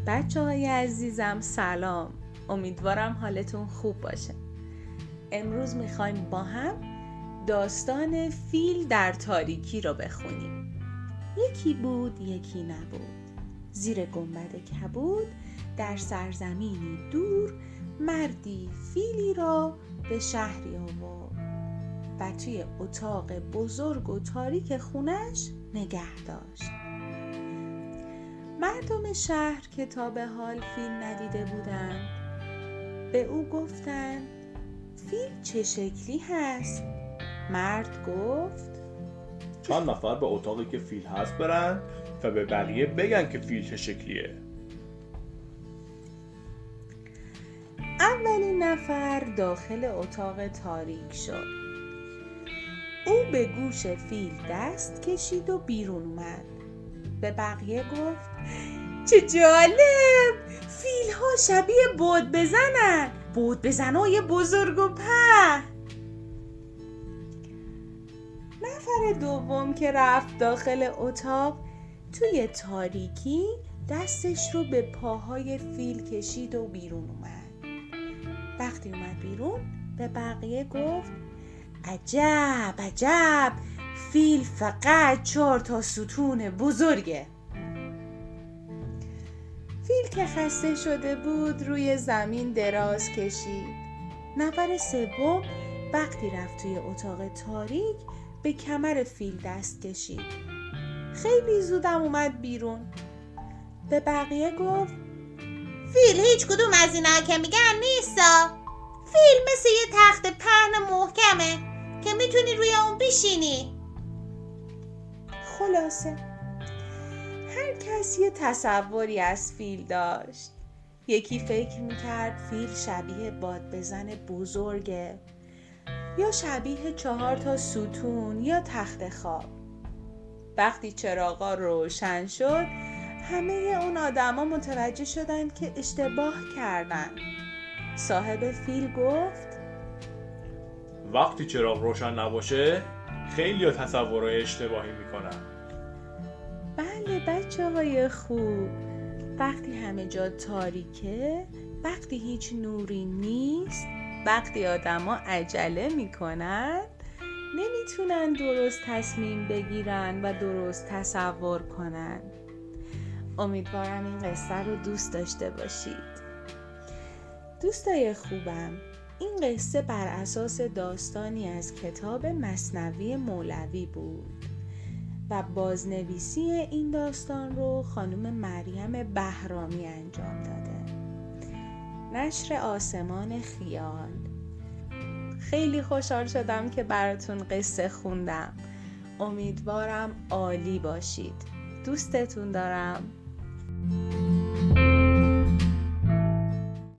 بچه‌های عزیزم سلام. امیدوارم حالتون خوب باشه. امروز میخوایم با هم داستان فیل در تاریکی رو بخونیم. یکی بود یکی نبود. زیر گنبد کبود در سرزمینی دور مردی فیلی را به شهری آورد و توی اتاق بزرگ و تاریک خونش نگه داشت. مردم شهر که تا به حال فیل ندیده بودند به او گفتند فیل چه شکلی هست؟ مرد گفت چند نفر به اتاقی که فیل هست برن و به بقیه بگن که فیل چه شکلیه. اولین نفر داخل اتاق تاریک شد. او به گوش فیل دست کشید و بیرون اومد. به بقیه گفت چه جالب! فیل ها شبیه باد بزنن، باد بزنای بزرگ و پهن. نفر دوم که رفت داخل اتاق توی تاریکی دستش رو به پاهای فیل کشید و بیرون اومد. وقتی اومد بیرون به بقیه گفت عجب عجب، فیل فقط 4 ستون بزرگه. فیل که خسته شده بود روی زمین دراز کشید. نفر سوم وقتی رفت توی اتاق تاریک به کمر فیل دست کشید. خیلی زودم اومد بیرون. به بقیه گفت فیل هیچ کدوم از اینا که میگن نیستا. فیل مثل یه تخت پهن محکمه که میتونی روی اون بشینی. خلاصه هر کس یه تصوری از فیل داشت. یکی فکر میکرد فیل شبیه باد بزن بزرگه، یا شبیه 4 ستون یا تخت خواب. وقتی چراغا روشن شد همه اون آدما متوجه شدن که اشتباه کردن. صاحب فیل گفت وقتی چراغ روشن نباشه خیلی تصورهای اشتباهی میکنن. بله بچه های خوب، وقتی همه جا تاریکه، وقتی هیچ نوری نیست، وقتی آدما عجله میکنن نمیتونن درست تصمیم بگیرن و درست تصور کنن. امیدوارم این قصه رو دوست داشته باشید. دوستای خوبم، این قصه بر اساس داستانی از کتاب مثنوی مولوی بود و بازنویسی این داستان رو خانم مریم بهرامی انجام داده. نشر آسمان خیال. خیلی خوشحال شدم که براتون قصه خوندم. امیدوارم عالی باشید. دوستتون دارم.